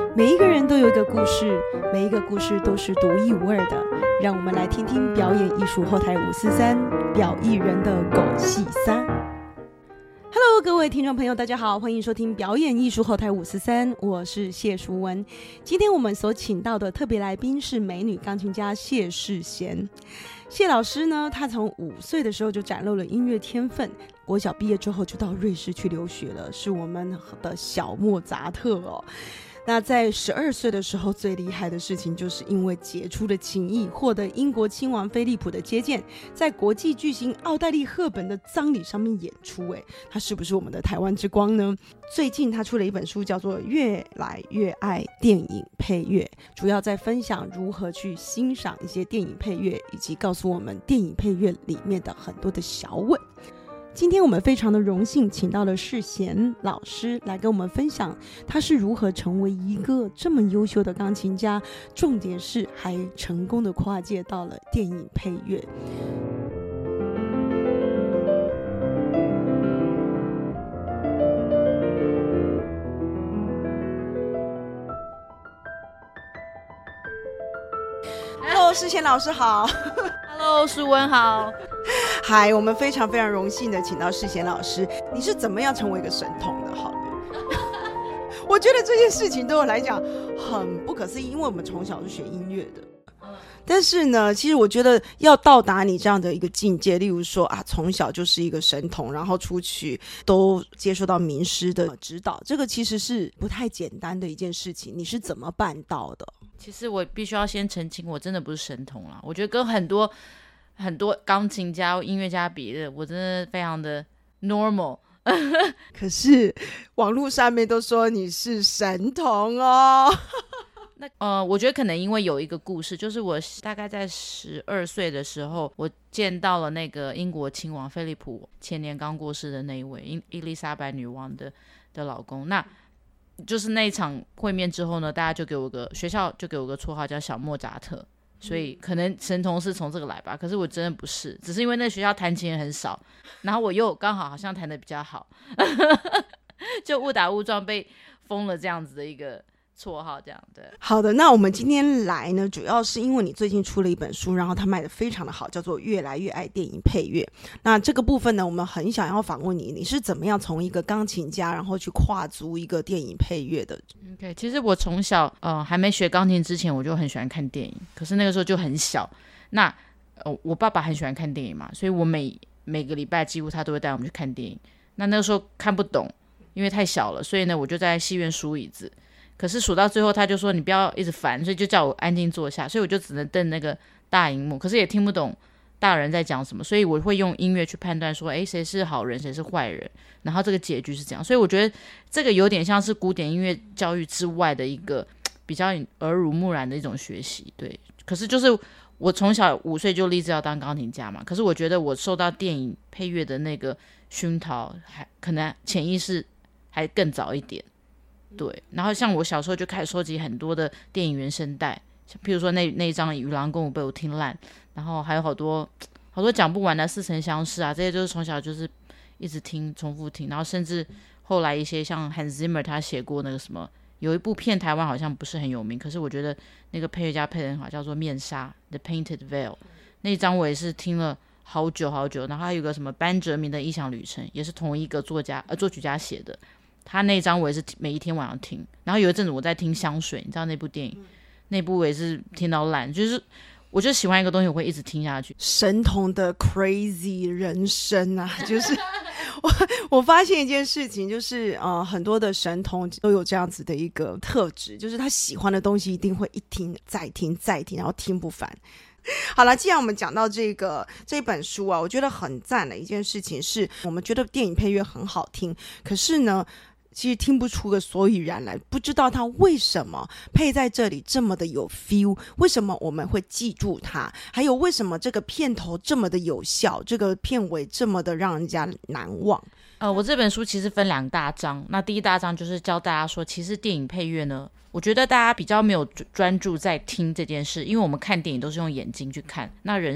每一个人都有一个故事，每一个故事都是独一无二的。让我们来听听表演艺术后台543表艺人的狗戏三。Hello， 各位听众朋友，大家好，欢迎收听表演艺术后台543，我是谢淑文。今天我们所请到的特别来宾是美女钢琴家谢世贤。谢老师呢，她从5岁的时候就展露了音乐天分，国小毕业之后就到瑞士去留学了，是我们的小莫扎特哦。那在12岁的时候，最厉害的事情就是因为杰出的琴艺，获得英国亲王菲利普的接见，在国际巨星奥黛丽·赫本的葬礼上面演出。他是不是我们的台湾之光呢？最近他出了一本书，叫做《越来越爱电影配乐》，主要在分享如何去欣赏一些电影配乐，以及告诉我们电影配乐里面的很多的小吻。今天我们非常的荣幸请到了世贤老师来跟我们分享他是如何成为一个这么优秀的钢琴家，重点是还成功的跨界到了电影配乐。Hello， 世贤老师好。 Hello， 淑文好。 嗨，我们非常非常荣幸的请到世贤老师。你是怎么样成为一个神童的？好的，我觉得这件事情对我来讲很不可思议，因为我们从小是学音乐的。但是呢，其实我觉得要到达你这样的一个境界，例如说从小就是一个神童，然后出去都接受到名师的指导，这个其实是不太简单的一件事情。你是怎么办到的？ 其实我必须要先澄清，我真的不是神童啦。我觉得跟很多钢琴家、音乐家比的，我真的非常的 normal。 可是网络上面都说你是神童哦。 那我觉得可能因为有一个故事，就是我大概在12岁的时候，我见到了那个英国亲王菲利普，前年刚过世的那一位伊丽莎白女王的老公。那就是那一场会面之后呢，大家就给我学校就给我个绰号叫小莫扎特，所以可能神童是从这个来吧。可是我真的不是，只是因为那学校弹琴很少，然后我又刚好像弹得比较好，就误打误撞被封了这样子的一个绰号，这样。对， 好的，那我们今天来呢，主要是因为你最近出了一本书，然后它卖得非常的好，叫做《越来越爱电影配乐》。那这个部分呢，我们很想要访问你，你是怎么样从一个钢琴家，然后去跨足一个电影配乐的？ OK， 其实我从小还没学钢琴之前，我就很喜欢看电影，可是那个时候就很小。那我爸爸很喜欢看电影嘛，所以我每个礼拜几乎他都会带我们去看电影。那个时候看不懂，因为太小了，所以呢我就在戏院数椅子。可是数到最后他就说你不要一直烦，所以就叫我安静坐下，所以我就只能瞪那个大荧幕，可是也听不懂大人在讲什么，所以我会用音乐去判断说谁是好人谁是坏人，然后这个结局是这样。所以我觉得这个有点像是古典音乐教育之外的一个比较耳濡目染的一种学习。对，可是就是我从小5岁就立志要当钢琴家嘛，可是我觉得我受到电影配乐的那个熏陶还可能潜意识还更早一点。对，然后像我小时候就开始收集很多的电影原声带，譬如说那一张《与狼共舞》被我听烂，然后还有好多讲不完的《似曾相识》啊，这些就是从小就是一直听重复听，然后甚至后来一些像 Hans Zimmer 他写过那个什么，有一部片台湾好像不是很有名，可是我觉得那个配乐家配得很好，叫做《面纱》The Painted Veil， 那一张我也是听了好久好久。然后还有一个什么班哲明的异想旅程，也是同一个作曲家写的，他那一张我也是每一天晚上听。然后有一阵子我在听香水，你知道那部电影，那部我也是听到烂，就是我就喜欢一个东西我会一直听下去。 神童的 crazy 人生啊，就是我发现一件事情，就是很多的神童都有这样子的一个特质，就是他喜欢的东西一定会一听再听再听，然后听不烦。好了，既然我们讲到这本书啊，我觉得很赞的一件事情是，我们觉得电影配乐很好听，可是呢其实听不出个所以然来，不知道它为什么配在这里这么的有 feel， 为什么我们会记住它，还有为什么这个片头这么的有效，这个片尾这么的让人家难忘。 我这本书其实分2大章，那第一大章就是教大家说，其实电影配乐呢，我觉得大家比较没有专注在听这件事，因为我们看电影都是用眼睛去看，那人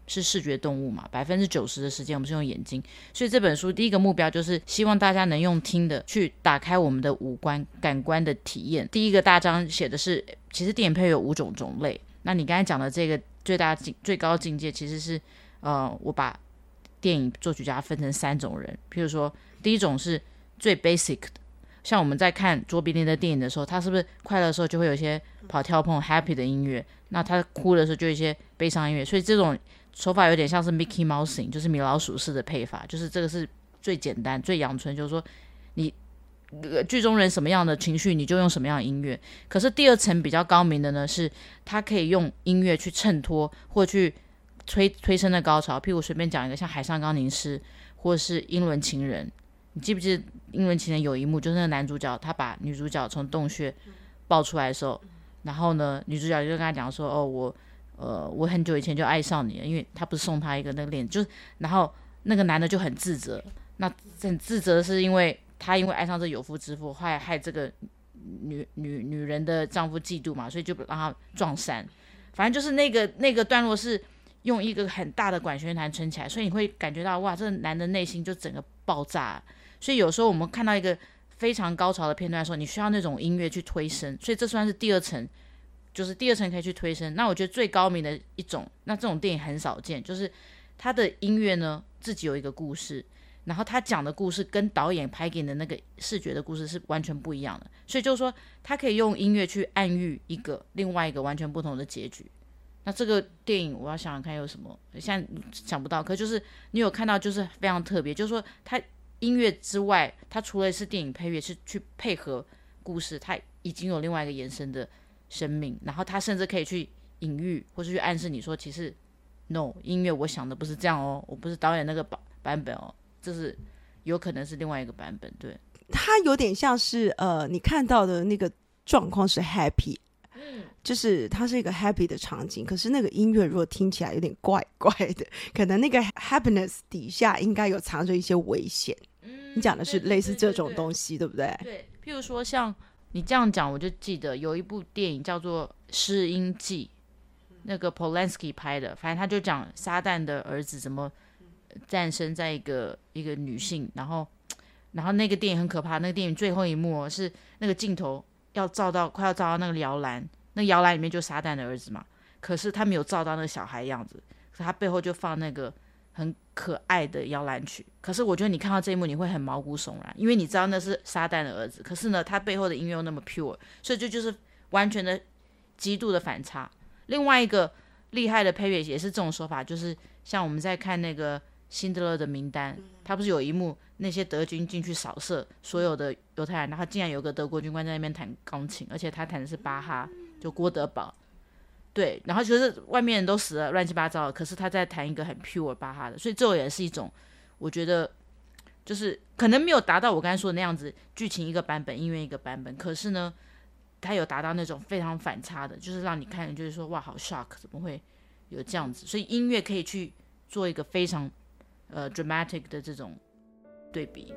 是视觉动物嘛，90%的时间我们是用眼睛，所以这本书第一个目标就是希望大家能用听的去打开我们的五官感官的体验。第一个大章写的是，其实电影配乐有5种种类，那你刚才讲的这个最高境界其实是我把电影作曲家分成3种人。譬如说第一种是最 basic 的，像我们在看卓别林的电影的时候，他是不是快乐的时候就会有一些跑跳碰 happy 的音乐，那他哭的时候就有一些悲伤音乐，所以这种手法有点像是 Mickey Mousing， 就是米老鼠式的配法，就是这个是最简单最阳春，就是说你剧中人什么样的情绪你就用什么样的音乐。可是第二层比较高明的呢，是他可以用音乐去衬托或去推升的高潮。譬如我随便讲一个，像海上钢琴师或是英伦情人，你记不记得英伦情人有一幕，就是那个男主角他把女主角从洞穴抱出来的时候，然后呢女主角就跟他讲说，我很久以前就爱上你了，因为他不是送他一个那个链子，就是然后那个男的就很自责，那很自责是因为他因为爱上这有夫之妇，害这个女人的丈夫嫉妒嘛，所以就让他撞衫。反正就是那个段落是用一个很大的管弦乐团撑起来，所以你会感觉到哇，这个男的内心就整个爆炸。所以有时候我们看到一个非常高潮的片段的时候，你需要那种音乐去推升，所以这算是第二层，就是第二层可以去推升。那我觉得最高明的一种，那这种电影很少见，就是他的音乐呢自己有一个故事，然后他讲的故事跟导演拍给你的那个视觉的故事是完全不一样的，所以就是说他可以用音乐去暗喻另外一个完全不同的结局。那这个电影我要想想看有什么，现在想不到，可就是你有看到就是非常特别，就是说他音乐之外，它除了是电影配乐，是去配合故事，它已经有另外一个延伸的生命，然后它甚至可以去隐喻或是去暗示你说，其实 no， 音乐我想的不是这样哦，我不是导演那个版本哦，这是有可能是另外一个版本。对， 它有点像是你看到的那个状况是 happy，就是它是一个 happy 的场景，可是那个音乐如果听起来有点怪怪的，可能那个 happiness 底下应该有藏着一些危险。你讲的是类似这种东西，对不对？ 对，譬如说像你这样讲，我就记得有一部电影叫做《失音记》，那个 Polanski 拍的，反正他就讲撒旦的儿子怎么诞生在一个女性，然后那个电影很可怕，那个电影最后一幕是那个镜头快要照到那个摇篮，那个摇篮里面就撒旦的儿子嘛，可是他没有照到那个小孩样子，可是他背后就放那个很可爱的摇篮曲。可是我觉得你看到这一幕你会很毛骨悚然，因为你知道那是撒旦的儿子，可是呢他背后的音乐又那么 pure， 所以这就是完全的极度的反差。另外一个厉害的配乐也是这种手法，就是像我们在看那个辛德勒的名单，他不是有一幕那些德军进去扫射所有的犹太人，然后竟然有个德国军官在那边弹钢琴，而且他弹的是巴哈，就郭德堡。对，然后就是外面人都死了乱七八糟的，可是他在弹一个很 pure 巴哈的，所以这也是一种我觉得就是可能没有达到我刚才说的那样子，剧情一个版本音乐一个版本，可是呢他有达到那种非常反差的，就是让你看就是说哇好 shock， 怎么会有这样子，所以音乐可以去做一个非常dramatic 的这种对比。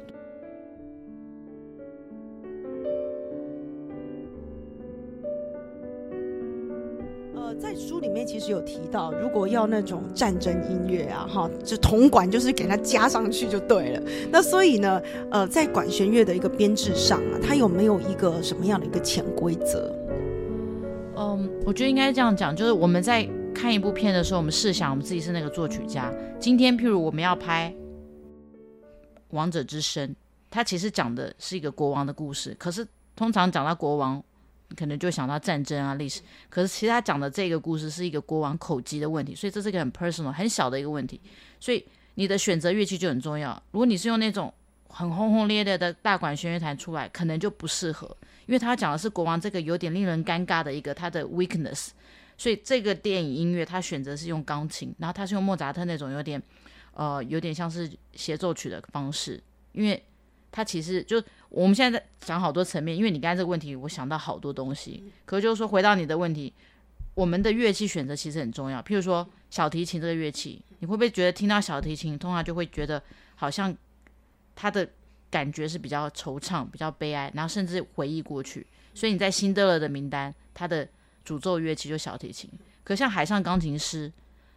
在书里面其实有提到，如果要那种战争音乐啊，就铜管就是给它加上去就对了。那所以呢，在管弦乐的一个编制上啊，它有没有一个什么样的一个潜规则？ 我觉得应该这样讲，就是我们在看一部片的时候，我们试想我们自己是那个作曲家。今天譬如我们要拍《王者之声》，它其实讲的是一个国王的故事，可是通常讲到国王可能就想到战争啊历史，可是其实他讲的这个故事是一个国王口疾的问题，所以这是一个很 personal 很小的一个问题，所以你的选择乐器就很重要。如果你是用那种很轰轰烈烈的大管弦乐团出来，可能就不适合，因为他讲的是国王这个有点令人尴尬的一个他的 weakness， 所以这个电影音乐他选择是用钢琴，然后他是用莫扎特那种有点像是协奏曲的方式，因为它其实就我们现在在讲好多层面，因为你刚才这个问题我想到好多东西，可是就是说回到你的问题，我们的乐器选择其实很重要。譬如说小提琴这个乐器，你会不会觉得听到小提琴通常就会觉得好像它的感觉是比较惆怅比较悲哀，然后甚至回忆过去，所以你在辛德勒的名单它的主奏乐器就小提琴。可像海上钢琴师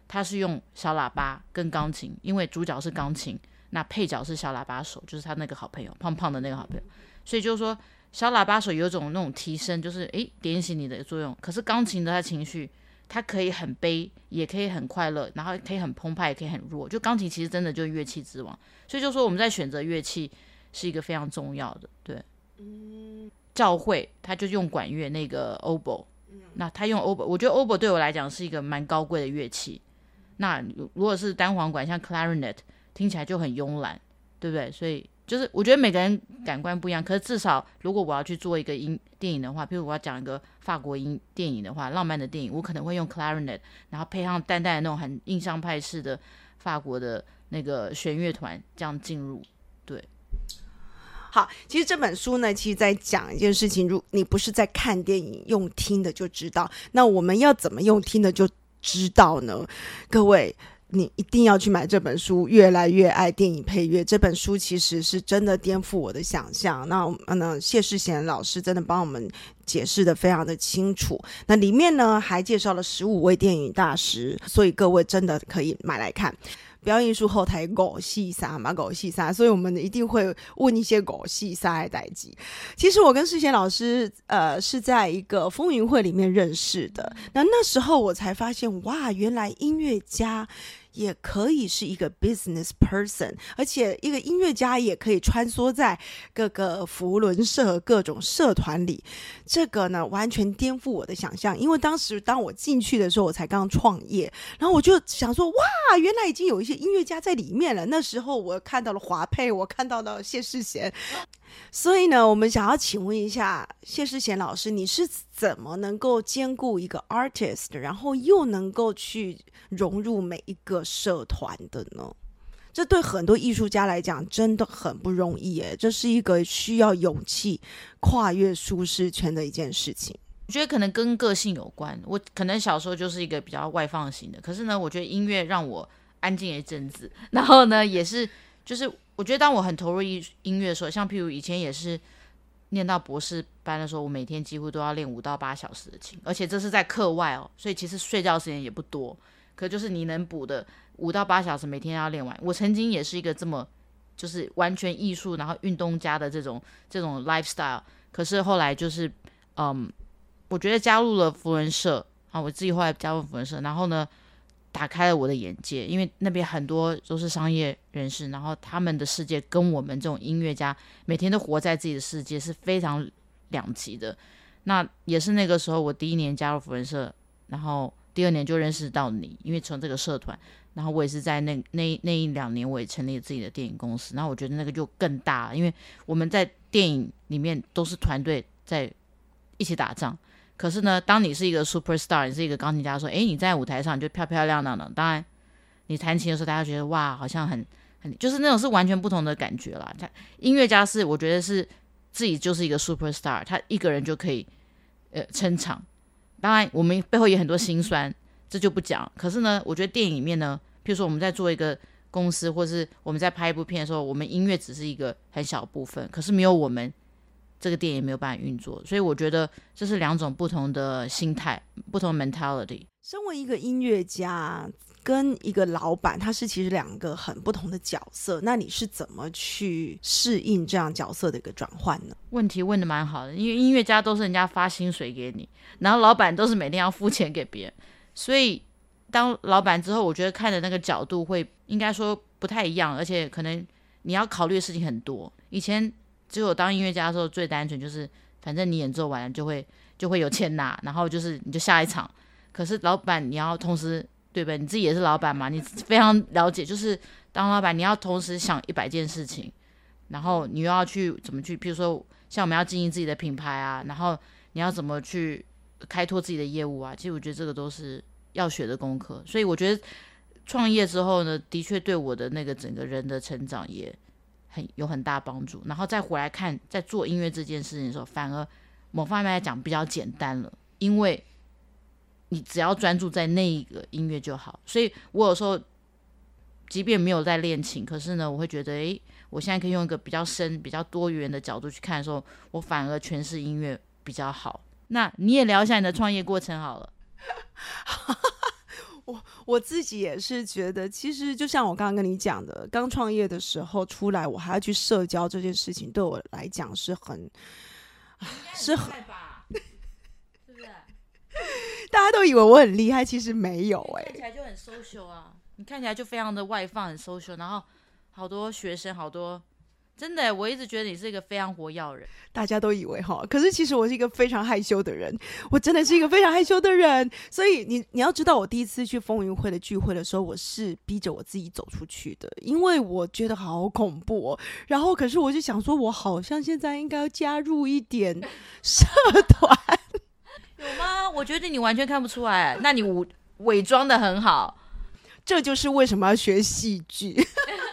它是用小喇叭跟钢琴，因为主角是钢琴，那配角是小喇叭手，就是他那个好朋友，胖胖的那个好朋友，所以就是说小喇叭手有种那种提升，就是点醒你的作用。可是钢琴的它情绪，它可以很悲，也可以很快乐，然后可以很澎湃，也可以很弱。就钢琴其实真的就是乐器之王，所以就说我们在选择乐器是一个非常重要的。对，教会他就用管乐那个 oboe，那他用 oboe， 我觉得 oboe 对我来讲是一个蛮高贵的乐器。那如果是单簧管，像 clarinet， 听起来就很慵懒，对不对？所以就是我觉得每个人感官不一样，可是至少如果我要去做一个电影的话，譬如我要讲一个法国电影的话，浪漫的电影，我可能会用 clarinet， 然后配上淡淡的那种很印象派式的法国的那个弦乐团，这样进入。对， 好，其实这本书呢，其实在讲一件事情，如你不是在看电影用听的就知道，那我们要怎么用听的就知道呢？各位，你一定要去买这本书《越来越爱电影配乐》。这本书其实是真的颠覆我的想象。那谢世贤老师真的帮我们解释的非常的清楚。那里面呢还介绍了15位电影大师，所以各位真的可以买来看。表演艺术后台狗戏沙嘛，狗戏沙，所以我们一定会问一些狗戏沙的代际。其实我跟世贤老师是在一个风云会里面认识的，那时候我才发现，哇，原来音乐家也可以是一个 business person， 而且一个音乐家也可以穿梭在各个扶轮社各种社团里。这个呢完全颠覆我的想象，因为当时当我进去的时候，我才刚创业，然后我就想说，哇，原来已经有一些音乐家在里面了。那时候我看到了华佩，我看到了谢世贤。所以呢，我们想要请问一下谢世贤老师，你是怎么能够兼顾一个 artist， 然后又能够去融入每一个社团的呢？这对很多艺术家来讲真的很不容易耶，这是一个需要勇气跨越舒适圈的一件事情。 我觉得可能跟个性有关，我可能小时候就是一个比较外放型的，可是呢，我觉得音乐让我安静一阵子，然后呢，也是就是我觉得当我很投入音乐的时候，像譬如以前也是念到博士班的时候，我每天几乎都要练5到8小时的琴，而且这是在课外哦，所以其实睡觉时间也不多，可就是你能补的5到8小时每天要练完。我曾经也是一个这么就是完全艺术然后运动家的这种 lifestyle， 可是后来就是我觉得加入了扶轮社啊，我自己后来加入扶轮社，然后呢打开了我的眼界，因为那边很多都是商业人士，然后他们的世界跟我们这种音乐家每天都活在自己的世界是非常两极的。那也是那个时候我第1年加入扶轮社，然后第2年就认识到你，因为从这个社团，然后我也是在那1-2年我也成立了自己的电影公司，然后我觉得那个就更大，因为我们在电影里面都是团队在一起打仗。可是呢，当你是一个 superstar， 你是一个钢琴家，说，你在舞台上你就漂漂亮亮的，当然你弹琴的时候，大家觉得哇，好像很就是那种是完全不同的感觉啦。音乐家是我觉得是自己就是一个 superstar， 他一个人就可以撑场。当然我们背后也很多辛酸，这就不讲。可是呢，我觉得电影里面呢，譬如说我们在做一个公司，或是我们在拍一部片的时候，我们音乐只是一个很小部分，可是没有我们这个电影没有办法运作，所以我觉得这是2种不同的心态，不同的 mentality。 身为一个音乐家跟一个老板，他是其实2个很不同的角色，那你是怎么去适应这样角色的一个转换呢？ 问题问得蛮好的，因为音乐家都是人家发薪水给你，然后老板都是每天要付钱给别人，所以当老板之后，我觉得看的那个角度会应该说不太一样，而且可能你要考虑的事情很多。以前只有当音乐家的时候最单纯就是反正你演奏完了就会有钱拿，然后就是你就下一场。可是老板你要同时，对吧，你自己也是老板嘛，你非常了解，就是当老板你要同时想100件事情，然后你又要去怎么去，譬如说像我们要经营自己的品牌啊，然后你要怎么去开拓自己的业务啊，其实我觉得这个都是要学的功课。所以我觉得创业之后呢，的确对我的那个整个人的成长也有很大帮助。然后再回来看在做音乐这件事情的时候，反而某方面来讲比较简单了，因为你只要专注在那一个音乐就好。所以我有时候即便没有在练琴，可是呢我会觉得我现在可以用一个比较深比较多元的角度去看的时候，我反而诠释音乐比较好。那你也聊一下你的创业过程好了。 我自己也是觉得，其实就像我刚刚跟你讲的，刚创业的时候出来，我还要去社交这件事情，对我来讲是很吧，是不是？ 大家都以为我很厉害，其实没有看起来就很 social 啊，你看起来就非常的外放，很 social， 然后好多学生，好多。真的，我一直觉得你是一个非常活跃的人。 大家都以为哈，可是其实我是一个非常害羞的人，我真的是一个非常害羞的人。所以你要知道，我第一次去风云会的聚会的时候，我是逼着我自己走出去的，因为我觉得好恐怖哦。然后，可是我就想说，我好像现在应该要加入一点社团， 有吗？我觉得你完全看不出来，那你伪装的很好。 这就是为什么要学戏剧。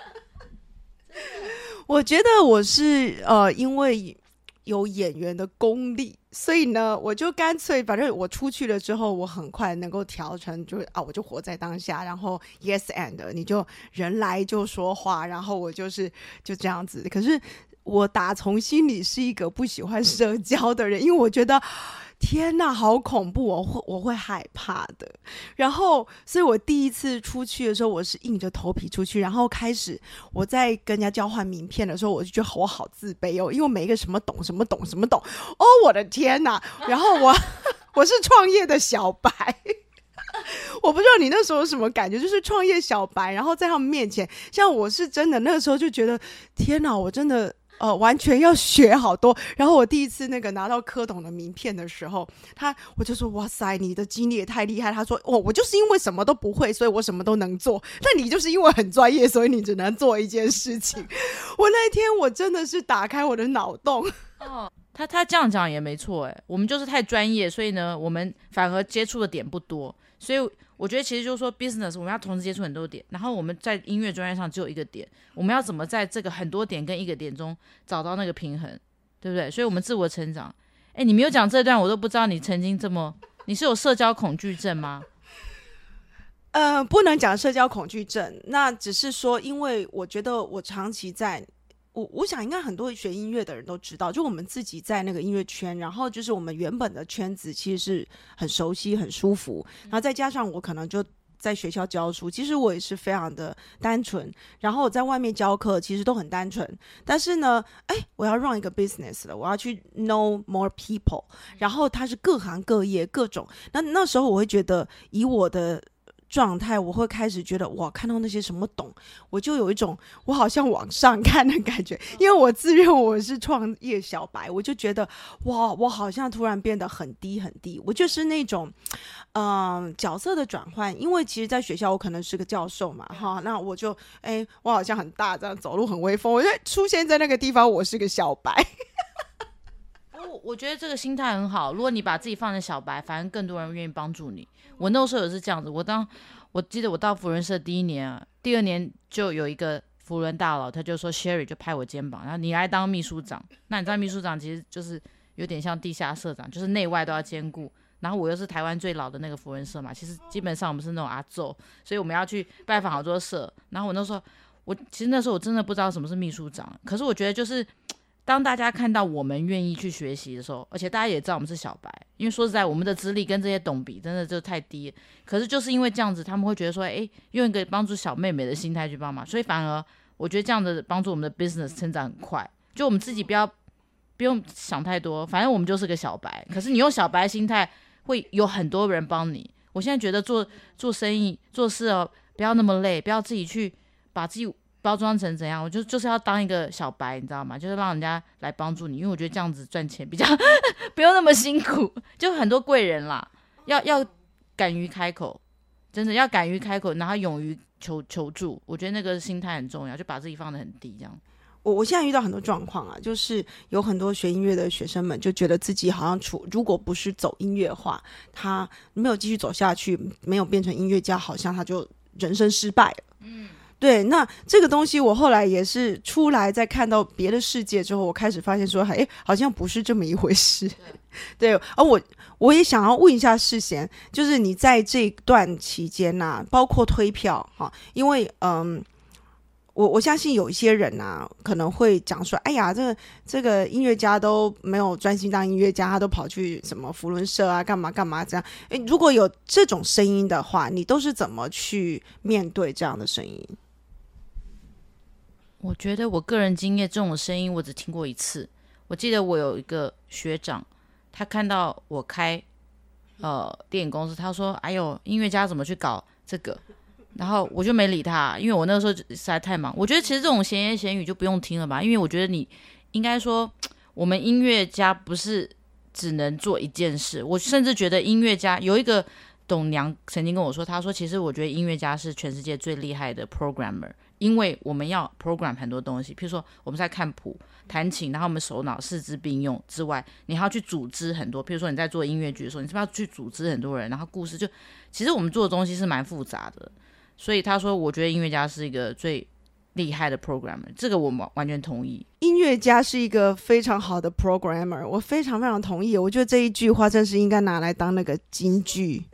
我觉得我是因为有演员的功力，所以呢，我就干脆反正我出去了之后，我很快能够调成就是我就活在当下，然后 yes and 你就人来就说话，然后我就这样子。可是我打从心里是一个不喜欢社交的人，因为我觉得天哪，好恐怖，我会害怕的。然后，所以我第一次出去的时候，我是硬着头皮出去。然后开始我在跟人家交换名片的时候，我就觉得我好自卑哦，因为我每一个什么懂，哦，我的天哪！然后我是创业的小白。我不知道你那时候有什么感觉，就是创业小白，然后在他们面前，像我是真的那个时候就觉得天哪，我真的完全要学好多。然后我第一次那个拿到柯董的名片的时候，我就说哇塞，你的经历也太厉害。他说我就是因为什么都不会，所以我什么都能做，但你就是因为很专业，所以你只能做一件事情。我那天我真的是打开我的脑洞。 他这样讲也没错哎，我们就是太专业，所以呢，我们反而接触的点不多。所以我觉得其实就是说 business 我们要同时接触很多点，然后我们在音乐专业上只有一个点，我们要怎么在这个很多点跟一个点中找到那个平衡，对不对？所以我们自我成长。哎，你没有讲这段，我都不知道你曾经你是有社交恐惧症吗？ 不能讲社交恐惧症，那只是说，因为我觉得我长期在。我想应该很多学音乐的人都知道，就我们自己在那个音乐圈，然后就是我们原本的圈子其实是很熟悉很舒服，然后再加上我可能就在学校教书，其实我也是非常的单纯，然后我在外面教课其实都很单纯，但是呢我要 run 一个 business 了，我要去 know more people， 然后它是各行各业各种，那时候我会觉得以我的状态，我会开始觉得哇，看到那些什么懂，我就有一种我好像往上看的感觉，因为我自认我是创业小白，我就觉得哇，我好像突然变得很低很低，我就是那种角色的转换，因为其实在学校我可能是个教授嘛哈，那我就我好像很大，这样走路很威风，我就出现在那个地方，我是个小白。 我觉得这个心态很好，如果你把自己放在小白，反正更多人愿意帮助你。我那时候也是这样子，我记得我到福伦社第一年第二年就有一个福伦大佬，他就说 Sherry 就拍我肩膀，然后你来当秘书长。那你知道秘书长其实就是有点像地下社长，就是内外都要兼顾。然后我又是台湾最老的那个福伦社嘛，其实基本上我们是那种阿祖，所以我们要去拜访好多社。然后其实那时候我真的不知道什么是秘书长，可是我觉得就是当大家看到我们愿意去学习的时候，而且大家也知道我们是小白，因为说实在我们的资历跟这些董比真的就太低了，可是就是因为这样子他们会觉得说用一个帮助小妹妹的心态去帮忙，所以反而我觉得这样的帮助我们的 business 成长很快，就我们自己不用想太多，反正我们就是个小白，可是你用小白心态会有很多人帮你。我现在觉得做生意做事不要那么累，不要自己去把自己包装成怎样，我就是要当一个小白，你知道吗？就是让人家来帮助你，因为我觉得这样子赚钱比较不用那么辛苦，就很多贵人啦，要敢于开口，真的要敢于开口，然后勇于求助，我觉得那个心态很重要，就把自己放得很低这样。 我现在遇到很多状况啊，就是有很多学音乐的学生们就觉得自己好像如果不是走音乐化，他没有继续走下去，没有变成音乐家，好像他就人生失败了。对，那这个东西我后来也是出来在看到别的世界之后，我开始发现说好像不是这么一回事。对，而我也想要问一下世贤，就是你在这段期间包括推票因为我相信有一些人啊，可能会讲说，哎呀，这个音乐家都没有专心当音乐家，他都跑去什么福伦社啊，干嘛干嘛这样。如果有这种声音的话，你都是怎么去面对这样的声音？ 我觉得我个人经验，这种声音我只听过一次。我记得我有一个学长，他看到我开电影公司，他说：“哎呦，音乐家怎么去搞这个？”然后我就没理他，因为我那个时候实在太忙。我觉得其实这种闲言闲语就不用听了吧，因为我觉得你应该说，我们音乐家不是只能做一件事。我甚至觉得音乐家有一个董娘曾经跟我说，他说其实我觉得音乐家是全世界最厉害的 programmer， 因为我们要 program 很多东西，譬如说我们在看谱、弹琴，然后我们手脑四肢并用之外，你还要去组织很多，譬如说你在做音乐剧的时候，你是不是要去组织很多人，然后故事就其实我们做的东西是蛮复杂的。所以他说我觉得音乐家是一个最厉害的 programmer， 这个我完全同意。 音乐家是一个非常好的 programmer， 我非常非常同意。我觉得这一句话真是应该拿来当那个金句。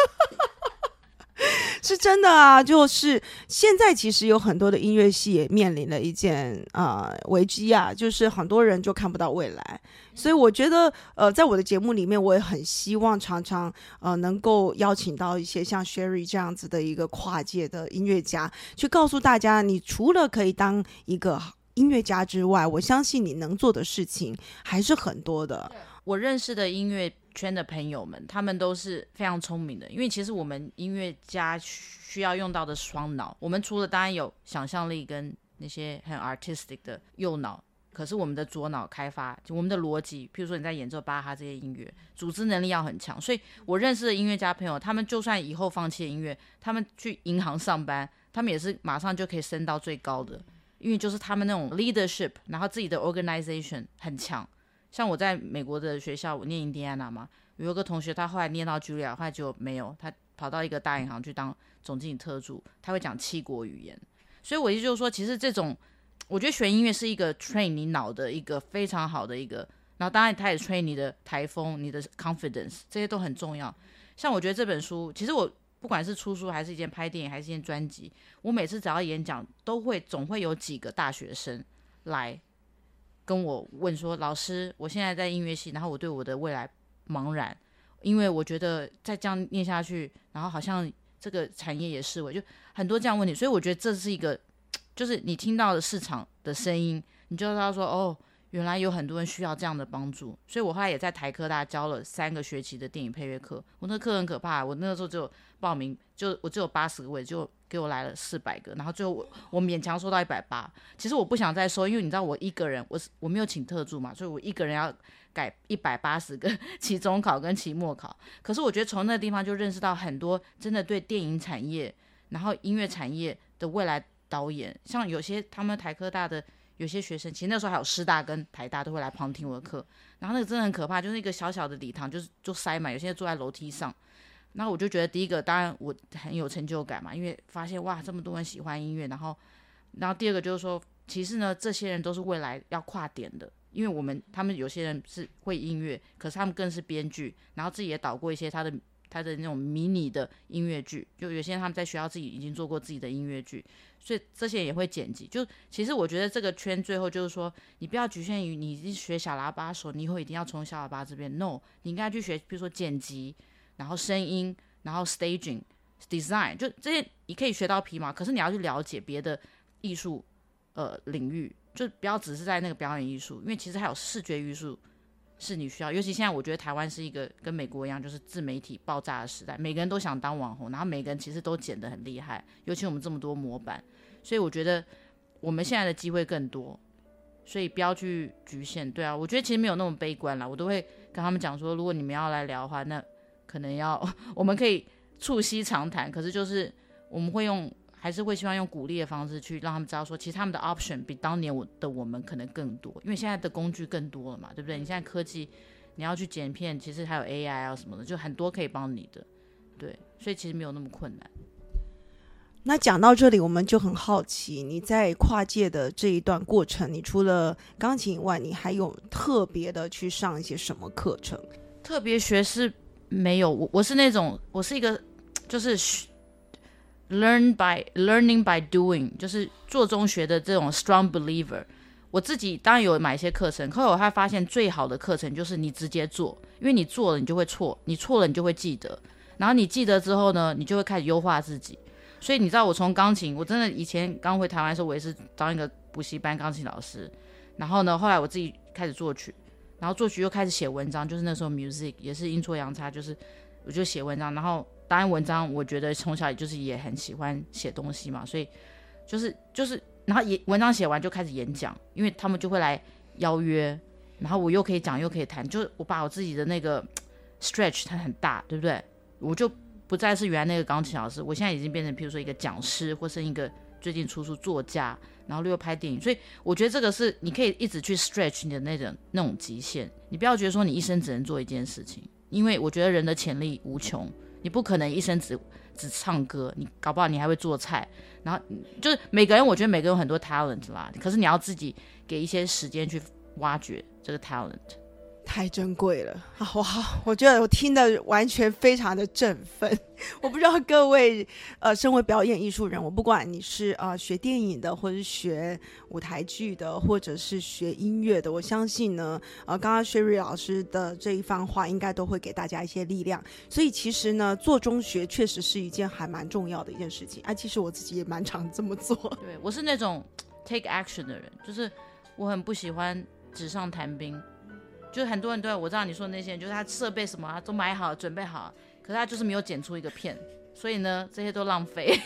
是真的啊，就是现在其实有很多的音乐系也面临了一件危机啊，就是很多人就看不到未来。所以我觉得在我的节目里面，我也很希望常常能够邀请到一些像 Sherry 这样子的一个跨界的音乐家，去告诉大家，你除了可以当一个音乐家之外，我相信你能做的事情还是很多的。 我认识的音乐圈的朋友们，他们都是非常聪明的，因为其实我们音乐家需要用到的双脑，我们除了当然有想象力跟那些很 artistic 的右脑，可是我们的左脑开发，就我们的逻辑，譬如说你在演奏巴哈这些音乐，组织能力要很强。所以我认识的音乐家朋友，他们就算以后放弃了音乐，他们去银行上班，他们也是马上就可以升到最高的，因为就是他们那种 leadership， 然后自己的 organization 很强。像我在美国的学校，我念印第安纳嘛，有一个同学他后来念到 Julia， 后来就没有，他跑到一个大银行去当总经理特助，他会讲7国语言。所以我就是说，其实这种我觉得学音乐是一个 train 你脑的一个非常好的一个，然后当然他也 train 你的台风、你的 confidence， 这些都很重要。像我觉得这本书，其实我不管是出书还是一件拍电影还是一件专辑，我每次只要演讲，总会有几个大学生来跟我问说，老师，我现在在音乐系，然后我对我的未来茫然，因为我觉得再这样念下去，然后好像这个产业也是就很多这样问题。所以我觉得这是一个，就是你听到的市场的声音，你就知道说，哦，原来有很多人需要这样的帮助。所以我后来也在台科大教了3个学期的电影配乐课，我那个课很可怕，我那个时候只有报名，我只有80个位，就给我来了400个，然后最后我勉强收到180。其实我不想再收，因为你知道我一个人，我没有请特助嘛，所以我一个人要改180个期中考跟期末考。可是我觉得从那个地方就认识到很多真的对电影产业，然后音乐产业的未来导演，像有些他们台科大的有些学生，其实那时候还有师大跟台大都会来旁听我的课，然后那个真的很可怕，就是一个小小的礼堂，就塞满，有些人坐在楼梯上。然后我就觉得第一个当然我很有成就感嘛，因为发现哇这么多人喜欢音乐，然后第二个就是说，其实呢这些人都是未来要跨点的，因为他们有些人是会音乐，可是他们更是编剧，然后自己也导过一些他的那种迷你的音乐剧，就有些人他们在学校自己已经做过自己的音乐剧，所以这些人也会剪辑。就其实我觉得这个圈最后就是说，你不要局限于你学小喇叭手，你以后一定要从小喇叭这边 ，no， 你应该去学，比如说剪辑，然后声音，然后 staging、design， 就这些你可以学到皮毛，可是你要去了解别的艺术领域，就不要只是在那个表演艺术，因为其实还有视觉艺术是你需要。尤其现在我觉得台湾是一个跟美国一样，就是自媒体爆炸的时代，每个人都想当网红，然后每个人其实都剪得很厉害，尤其我们这么多模板，所以我觉得我们现在的机会更多，所以不要去局限。对啊，我觉得其实没有那么悲观啦，我都会跟他们讲说，如果你们要来聊的话，那可能我们可以促膝长谈，可是就是我们还是会希望用鼓励的方式去让他们知道说，其实他们的 option 比当年我们可能更多，因为现在的工具更多了嘛，对不对？你现在科技你要去剪片，其实还有 AI 啊什么的，就很多可以帮你的，对，所以其实没有那么困难。 那讲到这里，我们就很好奇，你在跨界的这一段过程，你除了钢琴以外，你还有特别的去上一些什么课程？ 特别学是没有，我是那种，我是一个就是 learning by doing， 就是做中学的这种 strong believer。我自己当然有买一些课程，可是我还发现最好的课程就是你直接做，因为你做了你就会错，你错了你就会记得，然后你记得之后呢，你就会开始优化自己。所以你知道我从钢琴，我真的以前刚回台湾的时候，我也是当一个补习班钢琴老师，然后呢后来我自己开始作曲，然后作曲又开始写文章，就是那时候 music 也是阴错阳差，就是我就写文章，然后当然文章我觉得从小就是也很喜欢写东西嘛，所以就是然后文章写完就开始演讲，因为他们就会来邀约，然后我又可以讲又可以弹，就是我把我自己的那个 stretch 它很大，对不对？我就不再是原来那个钢琴老师，我现在已经变成譬如说一个讲师，或是一个最近出书作家，然后又拍电影，所以我觉得这个是你可以一直去 stretch 你的那种极限，你不要觉得说你一生只能做一件事情，因为我觉得人的潜力无穷，你不可能一生只唱歌，你搞不好你还会做菜，然后就是每个人，我觉得每个人有很多 talent 啦，可是你要自己给一些时间去挖掘这个 talent。 太珍贵了哇！我觉得我听的完全非常的振奋。我不知道各位身为表演艺术人，我不管你是学电影的，或者是学舞台剧的，或者是学音乐的，我相信呢刚刚 Sherry 老师的这一番话应该都会给大家一些力量。所以其实呢做中学确实是一件还蛮重要的一件事情其实我自己也蛮常这么做。 对，我是那种 take action 的人，就是我很不喜欢纸上谈兵，就是很多人我知道你说的那些人，就是他设备什么都买好准备好，可是他就是没有剪出一个片，所以呢这些都浪费。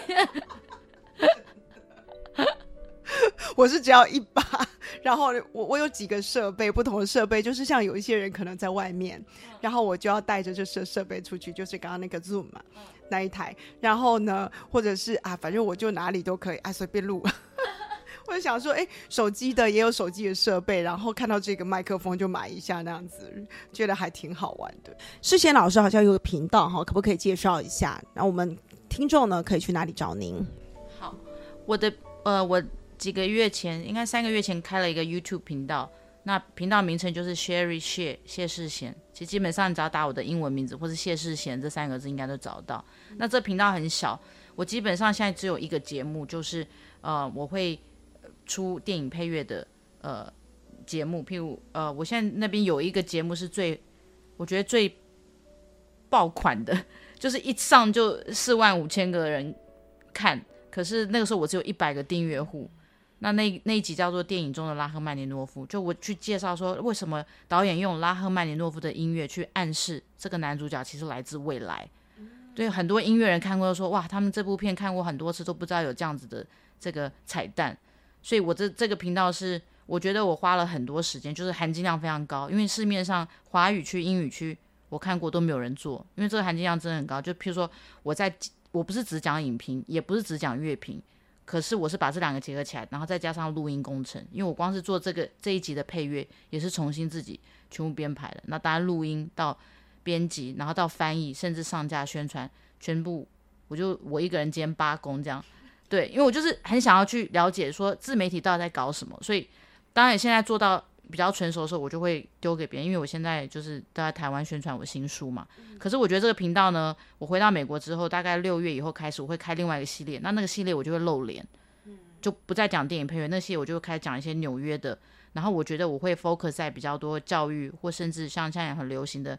我是只要一把，然后我有几个设备，不同的设备，就是像有一些人可能在外面，然后我就要带着这设备出去，就是刚刚那个 Zoom 嘛，那一台，然后呢或者是反正我就哪里都可以随便录。我就想说手机的也有手机的设备，然后看到这个麦克风就买一下，那样子觉得还挺好玩的。世贤老师好像有个频道可不可以介绍一下，然后我们听众呢可以去哪里找您？ 好，我几个月前，应该3个月前开了一个 YouTube 频道，那频道名称就是 Sherry 谢世贤，其实基本上你只要打我的英文名字或是谢世贤这3个字应该都找到。那这频道很小，我基本上现在只有一个节目，就是我会出电影配乐的节目，譬如我现在那边有一个节目是我觉得最爆款的，就是一上就45000个人看，可是那个时候我只有100个订阅户。那一集叫做电影中的拉赫曼尼诺夫，就我去介绍说为什么导演用拉赫曼尼诺夫的音乐去暗示这个男主角其实来自未来。对，很多音乐人看过说哇，他们这部片看过很多次都不知道有这样子的这个彩蛋。所以我这个频道是我觉得我花了很多时间，就是含金量非常高，因为市面上华语区英语区我看过都没有人做，因为这个含金量真的很高。就譬如说我不是只讲影评，也不是只讲乐评，可是我是把这2个结合起来，然后再加上录音工程，因为我光是做这一集的配乐也是重新自己全部编排的，那当然录音到编辑，然后到翻译，甚至上架宣传，全部我一个人兼8工这样。对，因为我就是很想要去了解说自媒体到底在搞什么，所以当然现在做到比较成熟的时候，我就会丢给别人，因为我现在就是都在台湾宣传我新书嘛。可是我觉得这个频道呢，我回到美国之后，大概6月以后开始，我会开另外一个系列，那个系列我就会露脸，就不再讲电影配乐，那些我就会开始讲一些纽约的，然后我觉得我会 focus 在比较多教育，或甚至像现在很流行的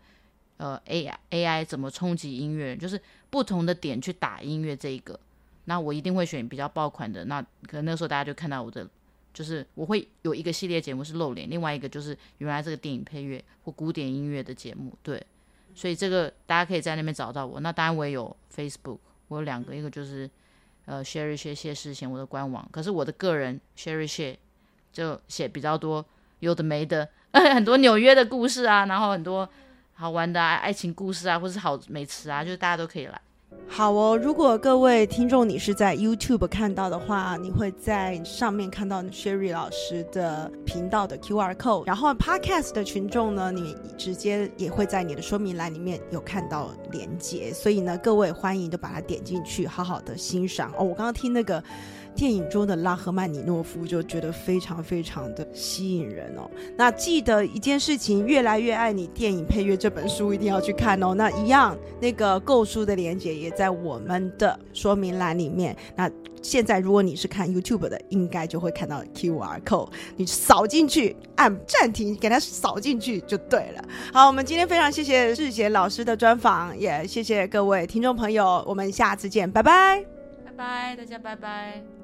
AI 怎么冲击音乐，就是不同的点去打音乐这一个。那我一定会选比较爆款的，那可能那个时候大家就看到我的，就是我会有一个系列节目是露脸，另外一个就是原来这个电影配乐或古典音乐的节目。对，所以这个大家可以在那边找到我。那当然我也有 Facebook， 我有2个，一个就是Sherry 谢世贤我的官网，可是我的个人 Sherry 谢就写比较多有的没的很多纽约的故事啊，然后很多好玩的爱情故事啊，或是好美食啊，就是大家都可以来。 好哦，如果各位听众你是在 YouTube 看到的话，你会在上面看到 Sherry 老师的频道的 QR code， 然后 Podcast 的群众呢，你直接也会在你的说明栏里面有看到连结，所以呢各位欢迎都把它点进去好好的欣赏我刚刚听那个电影中的拉赫曼尼诺夫就觉得非常非常的吸引人哦。那记得一件事情，越来越爱你电影配乐这本书一定要去看哦。那一样，那个购书的连结也在我们的说明栏里面。那现在如果你是看 YouTube 的，应该就会看到 QR code， 你扫进去按暂停给它扫进去就对了。好，我们今天非常谢谢世贤老师的专访，也谢谢各位听众朋友，我们下次见，拜拜。 拜拜，大家拜拜。